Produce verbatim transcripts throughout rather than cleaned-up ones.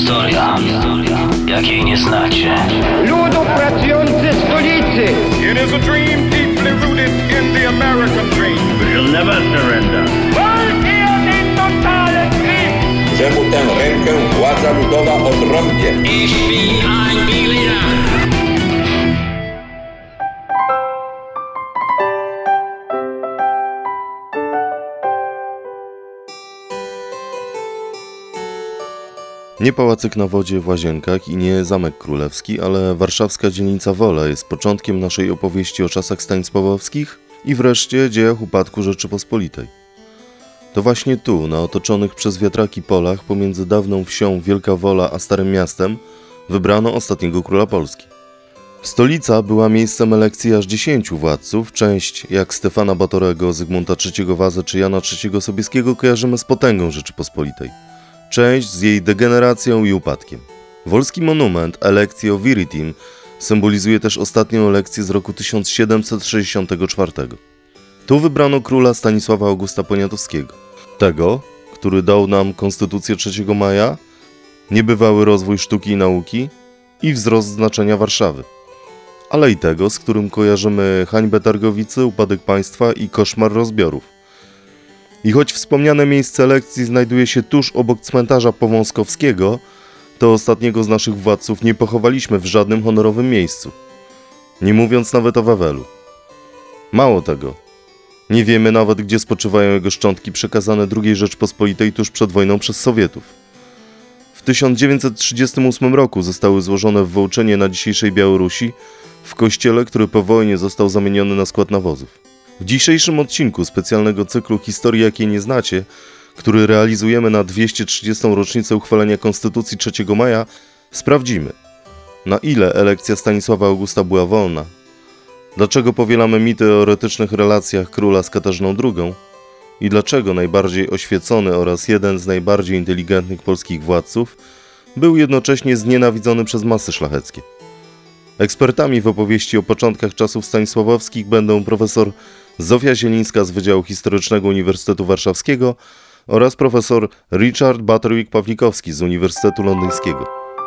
historia, jakiej nie znacie. Ludu pracujący stolicy. It is a dream deeply rooted in the American dream. We'll never surrender. Czemu tę rękę władza ludowa odrąbie? Ich bin ein Berliner. Nie pałacyk na wodzie w Łazienkach i nie Zamek Królewski, ale warszawska dzielnica Wola jest początkiem naszej opowieści o czasach stanisławowskich i wreszcie dziejach upadku Rzeczypospolitej. To właśnie tu, na otoczonych przez wiatraki polach pomiędzy dawną wsią Wielka Wola a Starym Miastem, wybrano ostatniego króla Polski. Stolica była miejscem elekcji aż dziesięciu władców, część, jak Stefana Batorego, Zygmunta trzeciego Wazę czy Jana trzeciego Sobieskiego, kojarzymy z potęgą Rzeczypospolitej. Część z jej degeneracją i upadkiem. Wolski monument Electio Viritim symbolizuje też ostatnią elekcję z roku tysiąc siedemset sześćdziesiątego czwartego. Tu wybrano króla Stanisława Augusta Poniatowskiego. Tego, który dał nam Konstytucję trzeciego maja, niebywały rozwój sztuki i nauki i wzrost znaczenia Warszawy. Ale i tego, z którym kojarzymy hańbę Targowicy, upadek państwa i koszmar rozbiorów. I choć wspomniane miejsce elekcji znajduje się tuż obok cmentarza Powązkowskiego, to ostatniego z naszych władców nie pochowaliśmy w żadnym honorowym miejscu. Nie mówiąc nawet o Wawelu. Mało tego, nie wiemy nawet, gdzie spoczywają jego szczątki przekazane drugiej Rzeczpospolitej tuż przed wojną przez Sowietów. W tysiąc dziewięćset trzydziestym ósmym roku zostały złożone w Wołczynie na dzisiejszej Białorusi, w kościele, który po wojnie został zamieniony na skład nawozów. W dzisiejszym odcinku specjalnego cyklu Historii, jakiej nie znacie, który realizujemy na dwieście trzydziestą rocznicę uchwalenia Konstytucji trzeciego maja, sprawdzimy, na ile elekcja Stanisława Augusta była wolna, dlaczego powielamy mity o erotycznych relacjach króla z Katarzyną drugą i dlaczego najbardziej oświecony oraz jeden z najbardziej inteligentnych polskich władców był jednocześnie znienawidzony przez masy szlacheckie. Ekspertami w opowieści o początkach czasów stanisławowskich będą profesor Zofia Zielińska z Wydziału Historycznego Uniwersytetu Warszawskiego oraz profesor Richard Butterwick-Pawlikowski z Uniwersytetu Londyńskiego.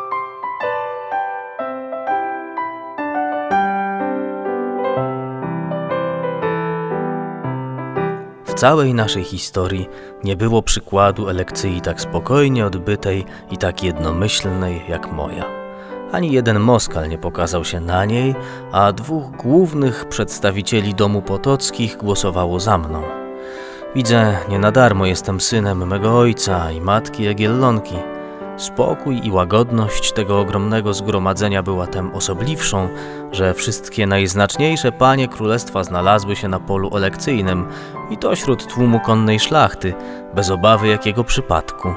W całej naszej historii nie było przykładu elekcji tak spokojnie odbytej i tak jednomyślnej jak moja. Ani jeden Moskal nie pokazał się na niej, a dwóch głównych przedstawicieli domu Potockich głosowało za mną. Widzę, nie na darmo jestem synem mego ojca i matki Jagiellonki. Spokój i łagodność tego ogromnego zgromadzenia była tem osobliwszą, że wszystkie najznaczniejsze panie królestwa znalazły się na polu elekcyjnym i to wśród tłumu konnej szlachty, bez obawy jakiego przypadku.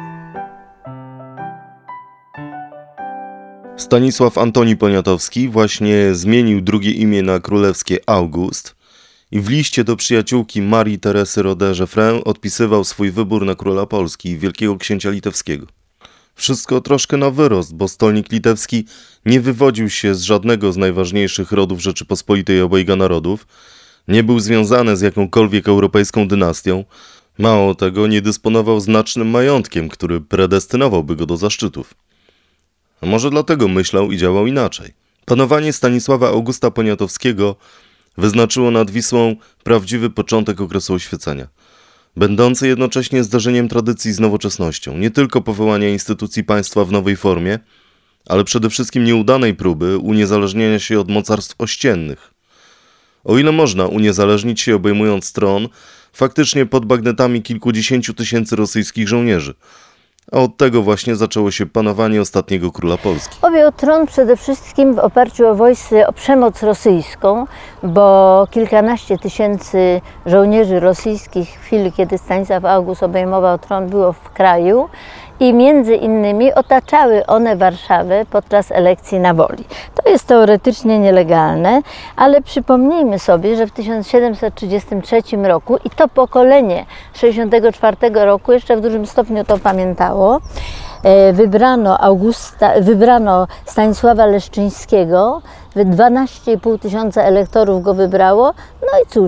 Stanisław Antoni Poniatowski właśnie zmienił drugie imię na królewskie August i w liście do przyjaciółki Marii Teresy Rodet-Geffryn odpisywał swój wybór na króla Polski i wielkiego księcia litewskiego. Wszystko troszkę na wyrost, bo stolnik litewski nie wywodził się z żadnego z najważniejszych rodów Rzeczypospolitej obojga narodów, nie był związany z jakąkolwiek europejską dynastią, mało tego, nie dysponował znacznym majątkiem, który predestynowałby go do zaszczytów. A może dlatego myślał i działał inaczej. Panowanie Stanisława Augusta Poniatowskiego wyznaczyło nad Wisłą prawdziwy początek okresu oświecenia, będący jednocześnie zdarzeniem tradycji z nowoczesnością, nie tylko powołania instytucji państwa w nowej formie, ale przede wszystkim nieudanej próby uniezależnienia się od mocarstw ościennych. O ile można uniezależnić się obejmując tron, faktycznie pod bagnetami kilkudziesięciu tysięcy rosyjskich żołnierzy, a od tego właśnie zaczęło się panowanie ostatniego króla Polski. Objął tron przede wszystkim w oparciu o wojskę, o przemoc rosyjską, bo kilkanaście tysięcy żołnierzy rosyjskich w chwili, kiedy Stanisław August obejmował tron, było w kraju i między innymi otaczały one Warszawę podczas elekcji na Woli. To jest teoretycznie nielegalne, ale przypomnijmy sobie, że w tysiąc siedemset trzydziestym trzecim roku i to pokolenie sześćdziesiątego czwartego roku jeszcze w dużym stopniu to pamiętało, wybrano, Augusta, wybrano Stanisława Leszczyńskiego, dwanaście i pół tysiąca elektorów go wybrało, no i cóż, w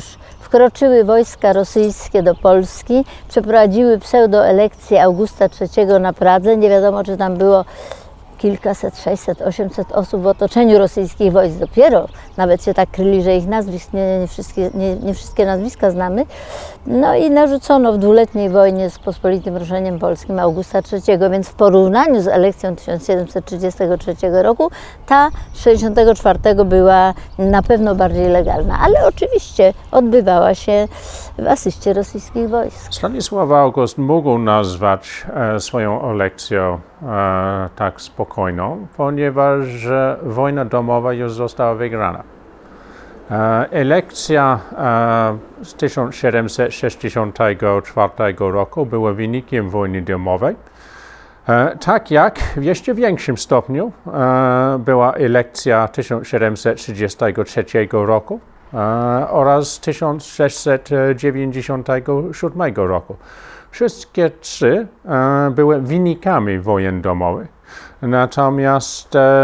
wkroczyły wojska rosyjskie do Polski, przeprowadziły pseudoelekcję Augusta trzeciego na Pradze. Nie wiadomo, czy tam było kilkaset, sześćset, osiemset osób w otoczeniu rosyjskich wojsk. Dopiero nawet się tak kryli, że ich nazwisk, nie, nie, wszystkie, nie, nie wszystkie nazwiska znamy. No i narzucono w dwuletniej wojnie z pospolitym ruszeniem polskim Augusta trzeciego, więc w porównaniu z elekcją tysiąc siedemset trzydziestego trzeciego roku, ta sześćdziesiątego czwartego była na pewno bardziej legalna, ale oczywiście odbywała się w asyście rosyjskich wojsk. Stanisław August mógł nazwać e, swoją elekcję e, tak spokojną, ponieważ e, wojna domowa już została wygrana. E, elekcja e, z tysiąc siedemset sześćdziesiątego czwartego roku była wynikiem wojny domowej, e, tak jak w jeszcze większym stopniu e, była elekcja tysiąc siedemset trzydziestego trzeciego roku. Oraz tysiąc sześćset dziewięćdziesiątego siódmego roku. Wszystkie trzy były wynikami wojen domowych. Natomiast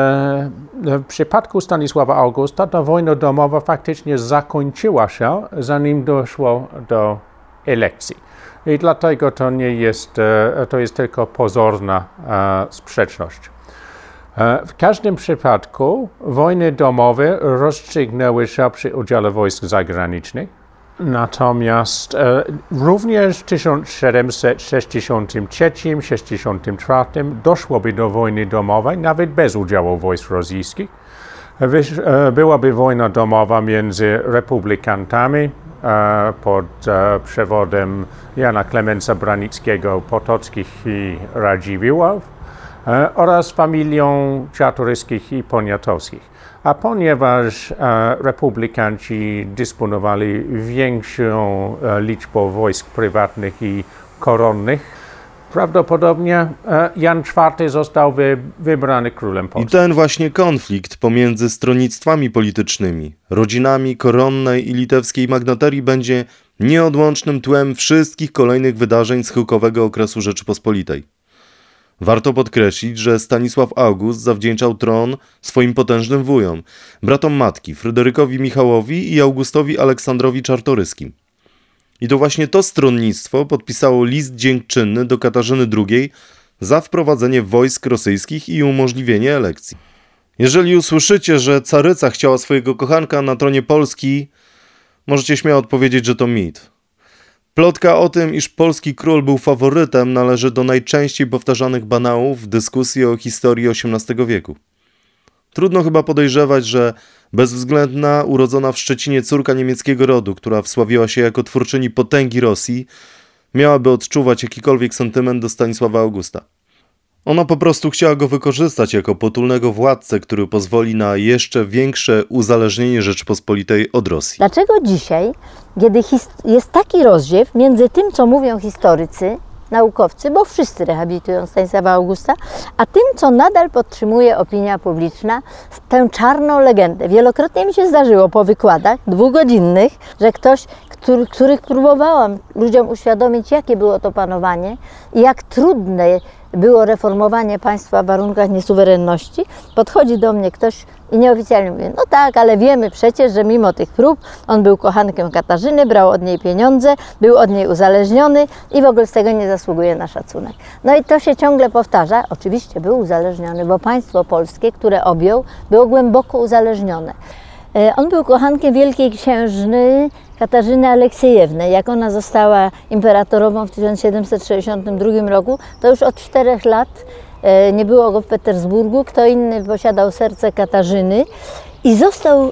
w przypadku Stanisława Augusta ta wojna domowa faktycznie zakończyła się, zanim doszło do elekcji. I dlatego to nie jest, to jest tylko pozorna sprzeczność. W każdym przypadku wojny domowe rozstrzygnęły się przy udziale wojsk zagranicznych. Natomiast e, również w tysiąc siedemset sześćdziesiątym trzecim sześćdziesiątym czwartym doszłoby do wojny domowej, nawet bez udziału wojsk rosyjskich. Wyż, e, byłaby wojna domowa między republikantami e, pod e, przewodem Jana Klemensa Branickiego, Potockich i Radziwiłłów oraz familią Czartoryskich i Poniatowskich. A ponieważ e, republikanci dysponowali większą e, liczbą wojsk prywatnych i koronnych, prawdopodobnie e, Jan czwarty został wy, wybrany królem Polski. I ten właśnie konflikt pomiędzy stronnictwami politycznymi, rodzinami koronnej i litewskiej magnaterii będzie nieodłącznym tłem wszystkich kolejnych wydarzeń schyłkowego okresu Rzeczypospolitej. Warto podkreślić, że Stanisław August zawdzięczał tron swoim potężnym wujom, bratom matki Fryderykowi Michałowi i Augustowi Aleksandrowi Czartoryskim. I to właśnie to stronnictwo podpisało list dziękczynny do Katarzyny drugiej za wprowadzenie wojsk rosyjskich i umożliwienie elekcji. Jeżeli usłyszycie, że caryca chciała swojego kochanka na tronie Polski, możecie śmiało odpowiedzieć, że to mit. Plotka o tym, iż polski król był faworytem, należy do najczęściej powtarzanych banałów w dyskusji o historii osiemnastego wieku. Trudno chyba podejrzewać, że bezwzględna, urodzona w Szczecinie córka niemieckiego rodu, która wsławiła się jako twórczyni potęgi Rosji, miałaby odczuwać jakikolwiek sentyment do Stanisława Augusta. Ona po prostu chciała go wykorzystać jako potulnego władcę, który pozwoli na jeszcze większe uzależnienie Rzeczypospolitej od Rosji. Dlaczego dzisiaj, kiedy jest taki rozdziew między tym, co mówią historycy, naukowcy, bo wszyscy rehabilitują Stanisława Augusta, a tym, co nadal podtrzymuje opinia publiczna, tę czarną legendę. Wielokrotnie mi się zdarzyło po wykładach dwugodzinnych, że ktoś, który, których próbowałam ludziom uświadomić, jakie było to panowanie i jak trudne było reformowanie państwa w warunkach niesuwerenności, podchodzi do mnie ktoś i nieoficjalnie mówi, no tak, ale wiemy przecież, że mimo tych prób on był kochankiem Katarzyny, brał od niej pieniądze, był od niej uzależniony i w ogóle z tego nie zasługuje na szacunek. No i to się ciągle powtarza. Oczywiście był uzależniony, bo państwo polskie, które objął, było głęboko uzależnione. On był kochankiem wielkiej księżny Katarzyny Aleksiejewny. Jak ona została imperatorową w tysiąc siedemset sześćdziesiątym drugim roku, to już od czterech lat nie było go w Petersburgu. Kto inny posiadał serce Katarzyny i został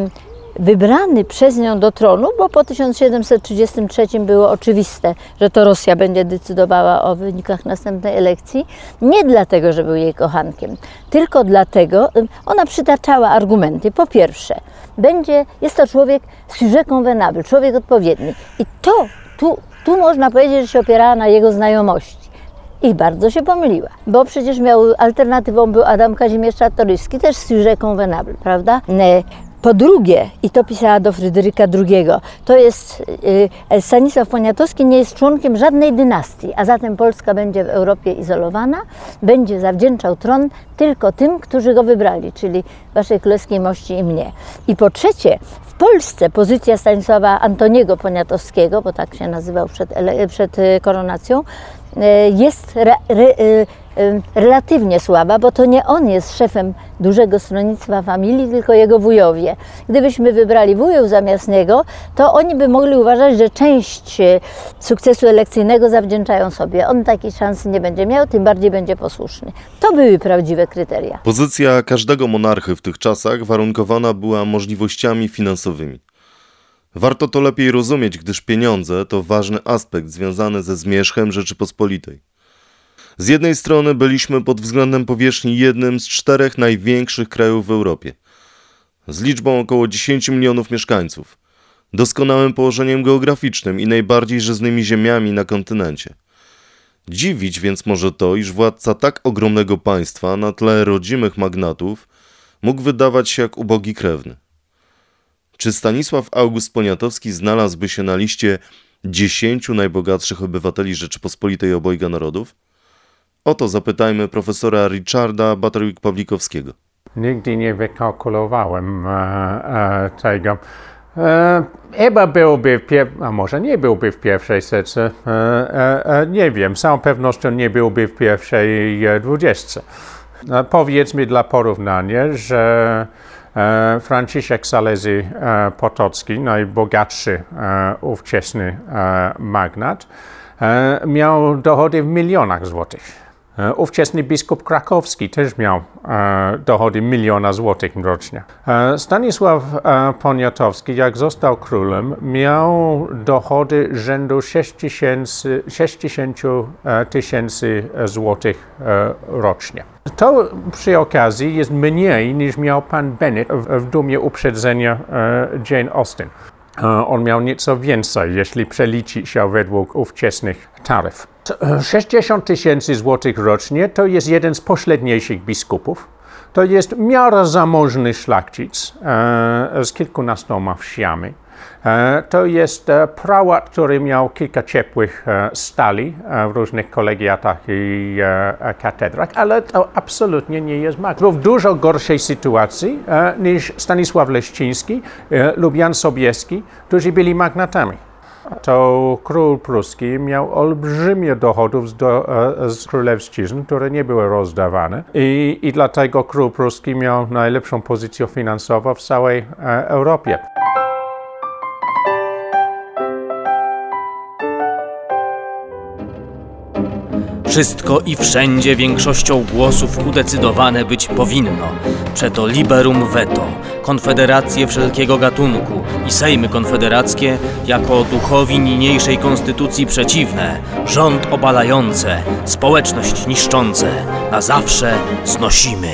wybrany przez nią do tronu, bo po tysiąc siedemset trzydziestym trzecim było oczywiste, że to Rosja będzie decydowała o wynikach następnej elekcji. Nie dlatego, że był jej kochankiem, tylko dlatego, ona przytaczała argumenty. Po pierwsze, będzie, jest to człowiek sujet convenable, człowiek odpowiedni. I to, tu, tu można powiedzieć, że się opierała na jego znajomości. I bardzo się pomyliła, bo przecież miał, alternatywą był Adam Kazimierz Czartoryski, też sujet convenable, prawda? Nie. Po drugie, i to pisała do Fryderyka drugiego, to jest y, Stanisław Poniatowski nie jest członkiem żadnej dynastii, a zatem Polska będzie w Europie izolowana, będzie zawdzięczał tron tylko tym, którzy go wybrali, czyli Waszej Królewskiej Mości i mnie. I po trzecie, w Polsce pozycja Stanisława Antoniego Poniatowskiego, bo tak się nazywał przed, przed koronacją, jest re, re, relatywnie słaba, bo to nie on jest szefem dużego stronnictwa familii, tylko jego wujowie. Gdybyśmy wybrali wujów zamiast niego, to oni by mogli uważać, że część sukcesu elekcyjnego zawdzięczają sobie. On takiej szansy nie będzie miał, tym bardziej będzie posłuszny. To były prawdziwe kryteria. Pozycja każdego monarchy w tych czasach warunkowana była możliwościami finansowymi. Warto to lepiej rozumieć, gdyż pieniądze to ważny aspekt związany ze zmierzchem Rzeczypospolitej. Z jednej strony byliśmy pod względem powierzchni jednym z czterech największych krajów w Europie, z liczbą około dziesięć milionów mieszkańców, doskonałym położeniem geograficznym i najbardziej żyznymi ziemiami na kontynencie. Dziwić więc może to, iż władca tak ogromnego państwa na tle rodzimych magnatów mógł wydawać się jak ubogi krewny. Czy Stanisław August Poniatowski znalazłby się na liście dziesięciu najbogatszych obywateli Rzeczypospolitej obojga narodów? O to zapytajmy profesora Richarda Butterwick-Pawlikowskiego. Nigdy nie wykalkulowałem e, e, tego. E, chyba byłby, a może nie byłby w pierwszej setce, e, e, e, nie wiem, z całą pewnością nie byłby w pierwszej e, dwudziestce. E, powiedzmy dla porównania, że e, Franciszek Salezy e, Potocki, najbogatszy e, ówczesny e, magnat, e, miał dochody w milionach złotych. Ówczesny biskup krakowski też miał e, dochody miliona złotych rocznie. E, Stanisław e, Poniatowski, jak został królem, miał dochody rzędu sześćdziesiąt tysięcy złotych e, rocznie. To przy okazji jest mniej niż miał pan Bennet w, w dumie uprzedzenia e, Jane Austen. On miał nieco więcej, jeśli przeliczy się według ówczesnych taryf. sześćdziesiąt tysięcy złotych rocznie to jest jeden z pośredniejszych biskupów. To jest w miarę zamożny szlachcic e, z kilkunastoma wsiami. E, to jest e, prałat, który miał kilka ciepłych e, stali e, w różnych kolegiatach i e, katedrach, ale to absolutnie nie jest magnat. Był w dużo gorszej sytuacji e, niż Stanisław Leszczyński e, lub Jan Sobieski, którzy byli magnatami. To król pruski miał olbrzymie dochodów z, do, z królewszczyzn, które nie były rozdawane i, i dlatego król pruski miał najlepszą pozycję finansową w całej e, Europie. Wszystko i wszędzie większością głosów udecydowane być powinno. Przeto liberum veto, konfederacje wszelkiego gatunku i sejmy konfederackie jako duchowi niniejszej konstytucji przeciwne, rząd obalające, społeczność niszczące, na zawsze znosimy.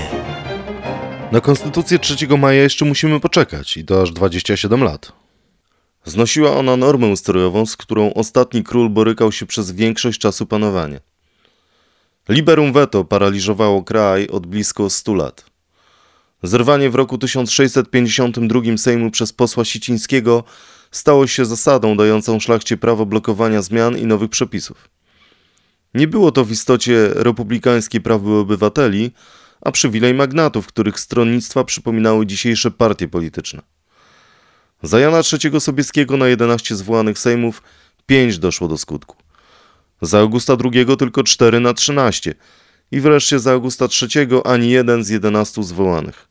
Na konstytucję trzeciego maja jeszcze musimy poczekać i to aż dwadzieścia siedem lat. Znosiła ona normę ustrojową, z którą ostatni król borykał się przez większość czasu panowania. Liberum veto paraliżowało kraj od blisko stu lat. Zerwanie w roku tysiąc sześćset pięćdziesiątym drugim Sejmu przez posła Sicińskiego stało się zasadą dającą szlachcie prawo blokowania zmian i nowych przepisów. Nie było to w istocie republikańskie prawo obywateli, a przywilej magnatów, których stronnictwa przypominały dzisiejsze partie polityczne. Za Jana trzeciego Sobieskiego na jedenaście zwołanych sejmów pięć doszło do skutku. Za Augusta drugiego tylko cztery na trzynaście i wreszcie za Augusta trzeciego ani jeden z jedenastu zwołanych.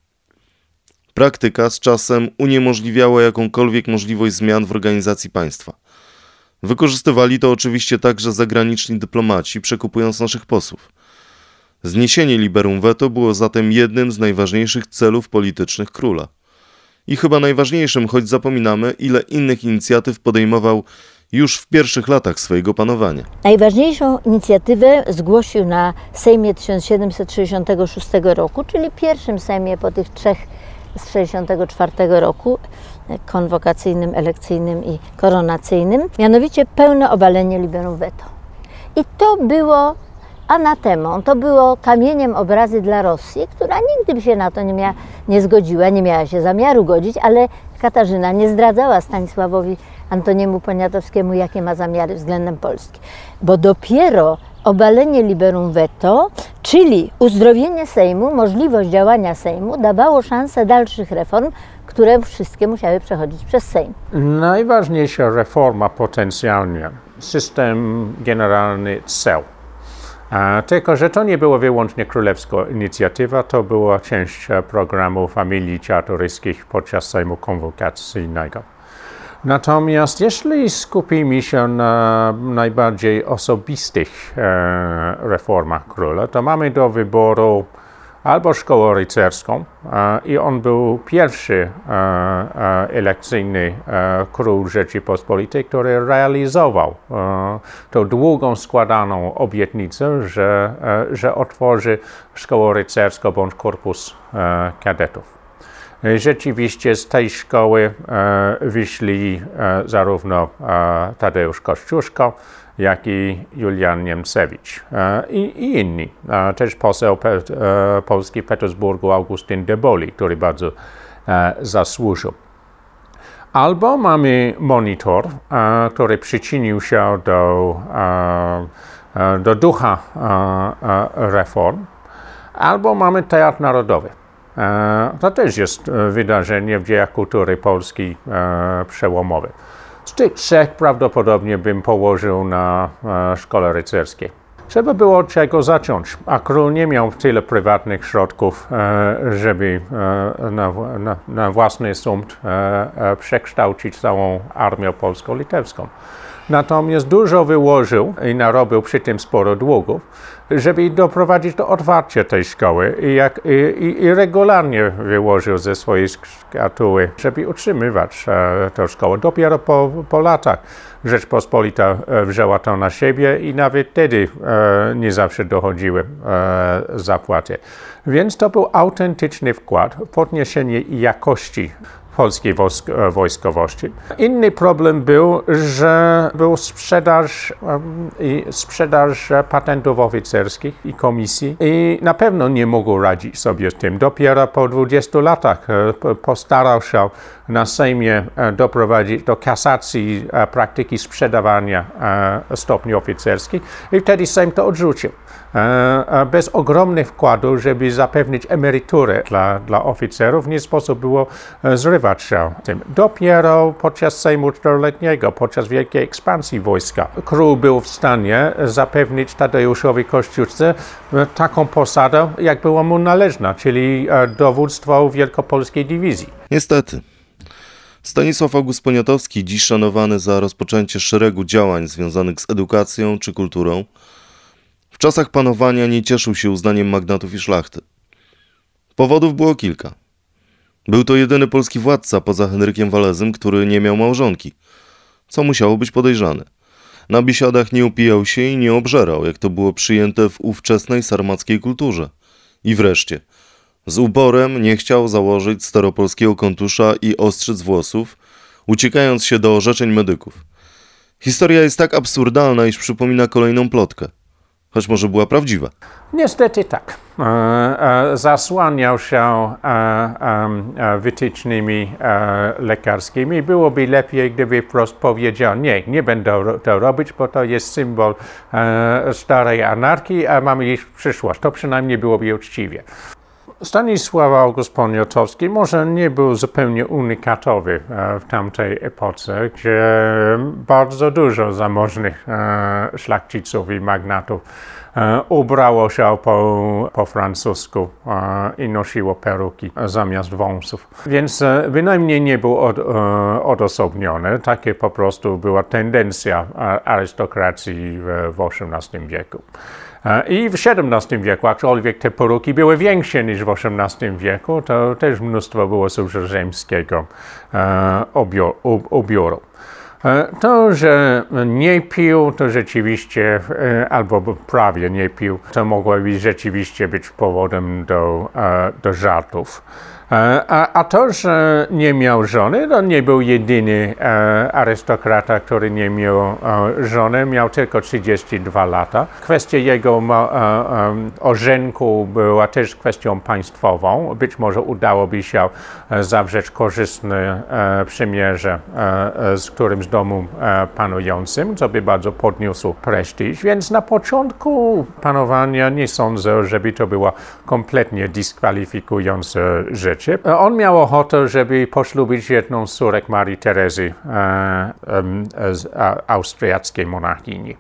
Praktyka z czasem uniemożliwiała jakąkolwiek możliwość zmian w organizacji państwa. Wykorzystywali to oczywiście także zagraniczni dyplomaci, przekupując naszych posłów. Zniesienie liberum veto było zatem jednym z najważniejszych celów politycznych króla. I chyba najważniejszym, choć zapominamy, ile innych inicjatyw podejmował już w pierwszych latach swojego panowania. Najważniejszą inicjatywę zgłosił na Sejmie tysiąc siedemset sześćdziesiątego szóstego roku, czyli pierwszym Sejmie po tych trzech z sześćdziesiątego czwartego roku, konwokacyjnym, elekcyjnym i koronacyjnym, mianowicie pełne obalenie liberum veto. I to było anatemą, to było kamieniem obrazy dla Rosji, która nigdy by się na to nie, mia, nie zgodziła, nie miała się zamiaru godzić, ale Katarzyna nie zdradzała Stanisławowi Antoniemu Poniatowskiemu, jakie ma zamiary względem Polski. Bo dopiero obalenie liberum veto, czyli uzdrowienie Sejmu, możliwość działania Sejmu, dawało szansę dalszych reform, które wszystkie musiały przechodzić przez Sejm. Najważniejsza reforma potencjalnie, system generalny ceł. A, tylko że to nie była wyłącznie królewska inicjatywa, to była część programu familii Czartoryskich podczas Sejmu konwokacyjnego. Natomiast jeśli skupimy się na najbardziej osobistych e, reformach króla, to mamy do wyboru albo szkołę rycerską e, i on był pierwszy e, e, elekcyjny e, król Rzeczypospolitej, który realizował e, tą długą składaną obietnicę, że, e, że otworzy szkołę rycerską bądź korpus e, kadetów. Rzeczywiście z tej szkoły e, wyszli e, zarówno e, Tadeusz Kościuszko, jak i Julian Niemcewicz e, i, i inni. E, też poseł pe, e, Polski w Petersburgu Augustyn Deboli, który bardzo e, zasłużył. Albo mamy Monitor, e, który przyczynił się do, e, do ducha e, reform, albo mamy Teatr Narodowy. To też jest wydarzenie w dziejach kultury polskiej e, przełomowe. Z tych trzech prawdopodobnie bym położył na e, szkole rycerskiej. Trzeba było od czego zacząć, a król nie miał tyle prywatnych środków, e, żeby e, na, na, na własny sąd e, e, przekształcić całą armię polsko-litewską. Natomiast dużo wyłożył i narobił przy tym sporo długów, żeby doprowadzić do otwarcia tej szkoły i, jak, i, i regularnie wyłożył ze swojej szkatuły, żeby utrzymywać e, tę szkołę. Dopiero po, po latach Rzeczpospolita e, wzięła to na siebie i nawet wtedy e, nie zawsze dochodziły e, zapłaty. Więc to był autentyczny wkład w podniesienie jakości polskiej wojskowości. Inny problem był, że był sprzedaż, i sprzedaż patentów oficerskich i komisji i na pewno nie mógł radzić sobie z tym. Dopiero po dwudziestu latach postarał się na Sejmie doprowadzić do kasacji praktyki sprzedawania stopni oficerskich i wtedy Sejm to odrzucił. Bez ogromnych wkładów, żeby zapewnić emeryturę dla, dla oficerów, nie sposób było zrywać się tym. Dopiero podczas Sejmu Czteroletniego, podczas wielkiej ekspansji wojska, król był w stanie zapewnić Tadeuszowi Kościuszce taką posadę, jak była mu należna, czyli dowództwo Wielkopolskiej Dywizji. Niestety. Stanisław August Poniatowski, dziś szanowany za rozpoczęcie szeregu działań związanych z edukacją czy kulturą, w czasach panowania nie cieszył się uznaniem magnatów i szlachty. Powodów było kilka. Był to jedyny polski władca poza Henrykiem Walezym, który nie miał małżonki, co musiało być podejrzane. Na biesiadach nie upijał się i nie obżerał, jak to było przyjęte w ówczesnej sarmackiej kulturze. I wreszcie, z uborem nie chciał założyć staropolskiego kontusza i ostrzyc włosów, uciekając się do orzeczeń medyków. Historia jest tak absurdalna, iż przypomina kolejną plotkę. Choć może była prawdziwa. Niestety tak. E, e, zasłaniał się e, e, wytycznymi e, lekarskimi. Byłoby lepiej, gdyby wprost powiedział, nie, nie będę to robić, bo to jest symbol e, starej anarchii, a mamy iść w przyszłość. To przynajmniej byłoby uczciwie. Stanisław August Poniatowski może nie był zupełnie unikatowy w tamtej epoce, gdzie bardzo dużo zamożnych szlachciców i magnatów ubrało się po, po francusku i nosiło peruki zamiast wąsów. Więc bynajmniej nie był od, odosobniony. Takie po prostu była tendencja arystokracji w osiemnastym wieku. I w siedemnastym wieku, aczkolwiek te peruki były większe niż w osiemnastym wieku, to też mnóstwo było cudzoziemskiego ubioru. To, że nie pił, to rzeczywiście, albo prawie nie pił, to mogło być rzeczywiście być powodem do, do żartów. A, a to, że nie miał żony, to nie był jedyny e, arystokrata, który nie miał e, żony, miał tylko trzydzieści dwa lata. Kwestia jego ma, e, e, ożenku była też kwestią państwową. Być może udałoby się e, zawrzeć korzystne e, przymierze e, z którymś domu e, panującym, co by bardzo podniósł prestiż. Więc na początku panowania nie sądzę, żeby to była kompletnie dyskwalifikująca rzecz. życie. On miał ochotę, żeby poślubić jedną z córek Marii Terezy, z austriackiej monarchini.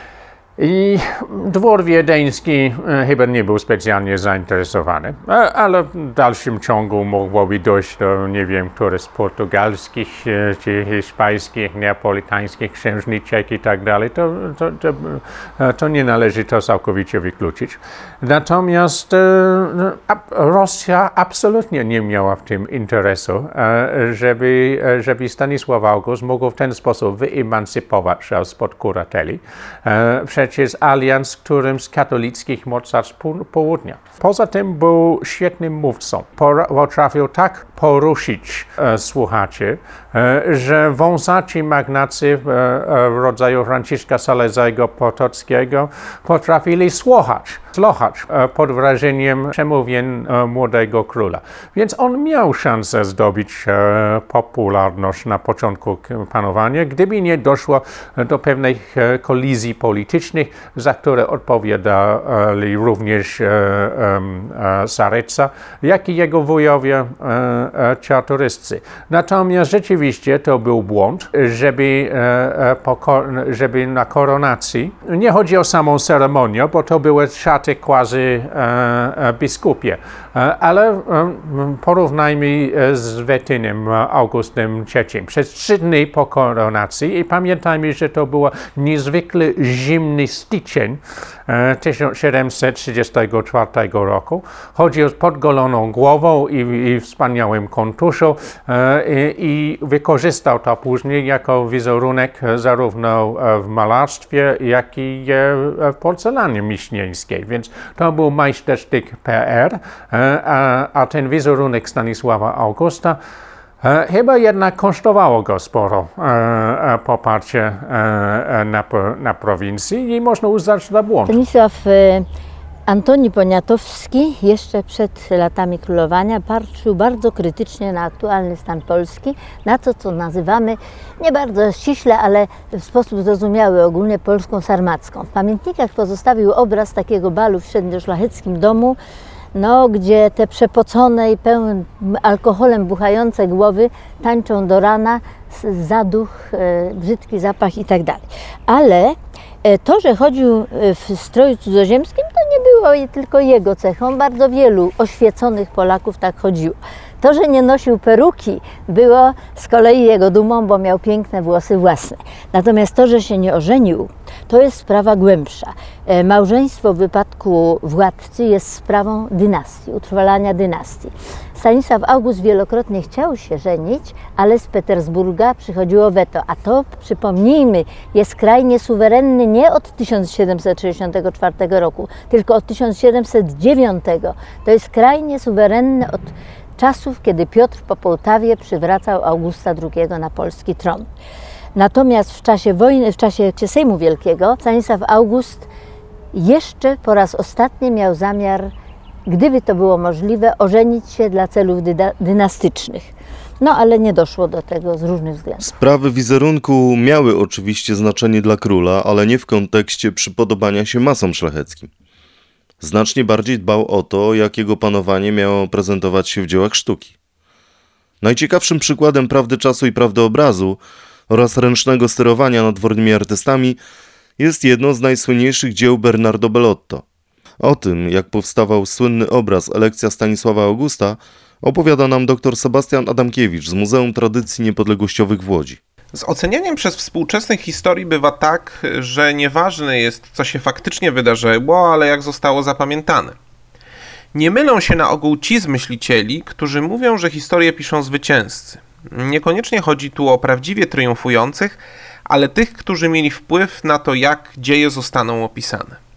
I dwór wiedeński e, chyba nie był specjalnie zainteresowany, e, ale w dalszym ciągu mogłoby dojść do, nie wiem, których z portugalskich, e, czy hiszpańskich, neapolitańskich księżniczek i tak dalej. To, to, to, e, to nie należy to całkowicie wykluczyć. Natomiast e, a, Rosja absolutnie nie miała w tym interesu, e, żeby, e, żeby Stanisław August mógł w ten sposób wyemancypować się spod kurateli. E, Przecież alians, którym z katolickich mocarstw południa. Poza tym był świetnym mówcą. Potrafił tak poruszyć e, słuchaczy, e, że wąsaci magnacy e, e, w rodzaju Franciszka Salezego Potockiego potrafili słuchać, słuchać e, pod wrażeniem przemówień e, młodego króla. Więc on miał szansę zdobyć e, popularność na początku panowania, gdyby nie doszło do pewnych e, kolizji politycznych, za które odpowiadali również e, e, Saryca, jak i jego wujowie e, czartoryscy. Natomiast rzeczywiście to był błąd, żeby, e, żeby na koronacji, nie chodzi o samą ceremonię, bo to były szaty quasi e, biskupie, e, ale e, porównajmy z Wetynem Augustem trzecim. Przez trzy dni po koronacji i pamiętajmy, że to był niezwykle zimny styczeń e, tysiąc siedemset trzydziestego czwartego roku. Chodzi o podgoloną głową i, i wspaniałym kontuszu e, i wykorzystał to później jako wizerunek zarówno w malarstwie, jak i w porcelanie miśnieńskiej. Więc to był majstersztyk P R, e, a, a ten wizerunek Stanisława Augusta E, chyba jednak kosztowało go sporo e, e, poparcie e, na, na prowincji i można uznać za błąd. Stanisław e, Antoni Poniatowski jeszcze przed latami królowania patrzył bardzo krytycznie na aktualny stan Polski, na to, co nazywamy nie bardzo ściśle, ale w sposób zrozumiały ogólnie Polską sarmacką. W pamiętnikach pozostawił obraz takiego balu w średnioszlacheckim domu, no, gdzie te przepocone i pełne alkoholem buchające głowy tańczą do rana, zaduch, e, brzydki zapach i tak dalej. Ale e, to, że chodził w stroju cudzoziemskim, to nie było tylko jego cechą. Bardzo wielu oświeconych Polaków tak chodziło. To, że nie nosił peruki, było z kolei jego dumą, bo miał piękne włosy własne. Natomiast to, że się nie ożenił, to jest sprawa głębsza. Małżeństwo w wypadku władcy jest sprawą dynastii, utrwalania dynastii. Stanisław August wielokrotnie chciał się żenić, ale z Petersburga przychodziło weto. A to, przypomnijmy, jest kraj niasuwerenny nie od tysiąc siedemset sześćdziesiątego czwartego roku, tylko od tysiąc siedemset dziewiątego. To jest kraj niesuwerenny od czasów, kiedy Piotr po Połtawie przywracał Augusta drugiego na polski tron. Natomiast w czasie wojny, w czasie Sejmu Wielkiego Stanisław August jeszcze po raz ostatni miał zamiar, gdyby to było możliwe, ożenić się dla celów dynastycznych. No ale nie doszło do tego z różnych względów. Sprawy wizerunku miały oczywiście znaczenie dla króla, ale nie w kontekście przypodobania się masom szlacheckim. Znacznie bardziej dbał o to, jak jego panowanie miało prezentować się w dziełach sztuki. Najciekawszym przykładem prawdy czasu i prawdy obrazu oraz ręcznego sterowania nadwornymi artystami jest jedno z najsłynniejszych dzieł Bernardo Bellotto. O tym, jak powstawał słynny obraz Elekcja Stanisława Augusta, opowiada nam dr Sebastian Adamkiewicz z Muzeum Tradycji Niepodległościowych w Łodzi. Z ocenianiem przez współczesnych historii bywa tak, że nieważne jest, co się faktycznie wydarzyło, ale jak zostało zapamiętane. Nie mylą się na ogół ci z myślicieli, którzy mówią, że historię piszą zwycięzcy. Niekoniecznie chodzi tu o prawdziwie triumfujących, ale tych, którzy mieli wpływ na to, jak dzieje zostaną opisane.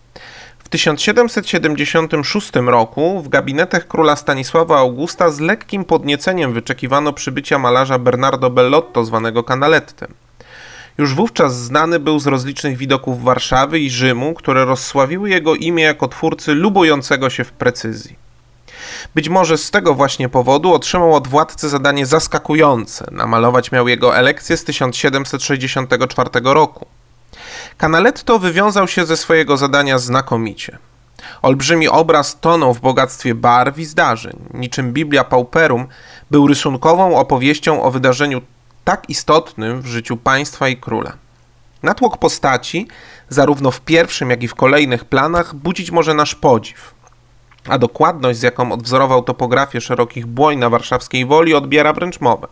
W tysiąc siedemset siedemdziesiątym szóstym roku w gabinetach króla Stanisława Augusta z lekkim podnieceniem wyczekiwano przybycia malarza Bernardo Bellotto, zwanego Canalettem. Już wówczas znany był z rozlicznych widoków Warszawy i Rzymu, które rozsławiły jego imię jako twórcy lubującego się w precyzji. Być może z tego właśnie powodu otrzymał od władcy zadanie zaskakujące. Namalować miał jego Elekcję z tysiąc siedemset sześćdziesiątego czwartego roku. Canaletto wywiązał się ze swojego zadania znakomicie. Olbrzymi obraz tonął w bogactwie barw i zdarzeń. Niczym Biblia Pauperum był rysunkową opowieścią o wydarzeniu tak istotnym w życiu państwa i króla. Natłok postaci, zarówno w pierwszym, jak i w kolejnych planach, budzić może nasz podziw, a dokładność, z jaką odwzorował topografię szerokich błoń na warszawskiej Woli, odbiera wręcz mowę.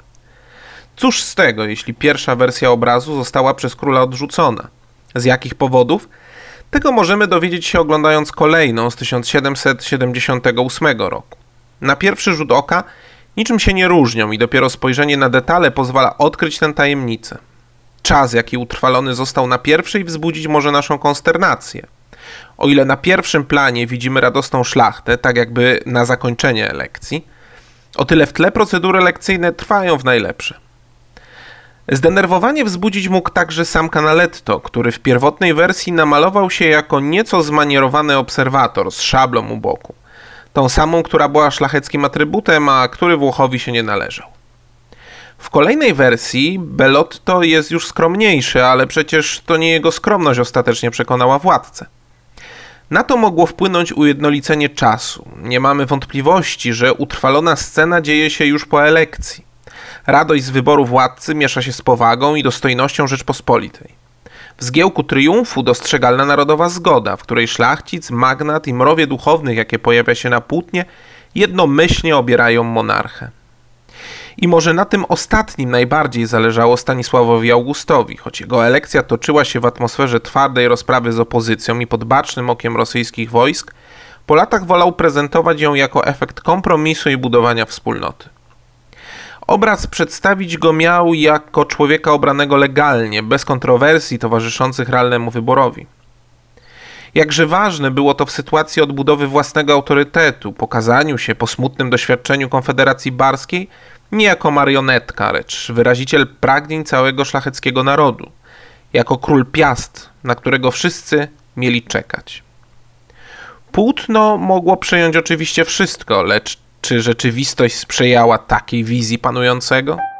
Cóż z tego, jeśli pierwsza wersja obrazu została przez króla odrzucona? Z jakich powodów? Tego możemy dowiedzieć się oglądając kolejną z tysiąc siedemset siedemdziesiątego ósmego roku. Na pierwszy rzut oka niczym się nie różnią i dopiero spojrzenie na detale pozwala odkryć tę tajemnicę. Czas, jaki utrwalony został na pierwszej, wzbudzić może naszą konsternację. O ile na pierwszym planie widzimy radosną szlachtę, tak jakby na zakończenie elekcji, o tyle w tle procedury lekcyjne trwają w najlepsze. Zdenerwowanie wzbudzić mógł także sam Canaletto, który w pierwotnej wersji namalował się jako nieco zmanierowany obserwator z szablą u boku. Tą samą, która była szlacheckim atrybutem, a który Włochowi się nie należał. W kolejnej wersji Bellotto jest już skromniejszy, ale przecież to nie jego skromność ostatecznie przekonała władcę. Na to mogło wpłynąć ujednolicenie czasu. Nie mamy wątpliwości, że utrwalona scena dzieje się już po elekcji. Radość z wyboru władcy miesza się z powagą i dostojnością Rzeczpospolitej. W zgiełku triumfu dostrzegalna narodowa zgoda, w której szlachcic, magnat i mrowie duchownych, jakie pojawia się na płótnie, jednomyślnie obierają monarchę. I może na tym ostatnim najbardziej zależało Stanisławowi Augustowi, choć jego elekcja toczyła się w atmosferze twardej rozprawy z opozycją i pod bacznym okiem rosyjskich wojsk, po latach wolał prezentować ją jako efekt kompromisu i budowania wspólnoty. Obraz przedstawić go miał jako człowieka obranego legalnie, bez kontrowersji towarzyszących realnemu wyborowi. Jakże ważne było to w sytuacji odbudowy własnego autorytetu, pokazaniu się po smutnym doświadczeniu Konfederacji Barskiej nie jako marionetka, lecz wyraziciel pragnień całego szlacheckiego narodu, jako król Piast, na którego wszyscy mieli czekać. Płótno mogło przejąć oczywiście wszystko, lecz czy rzeczywistość sprzyjała takiej wizji panującego?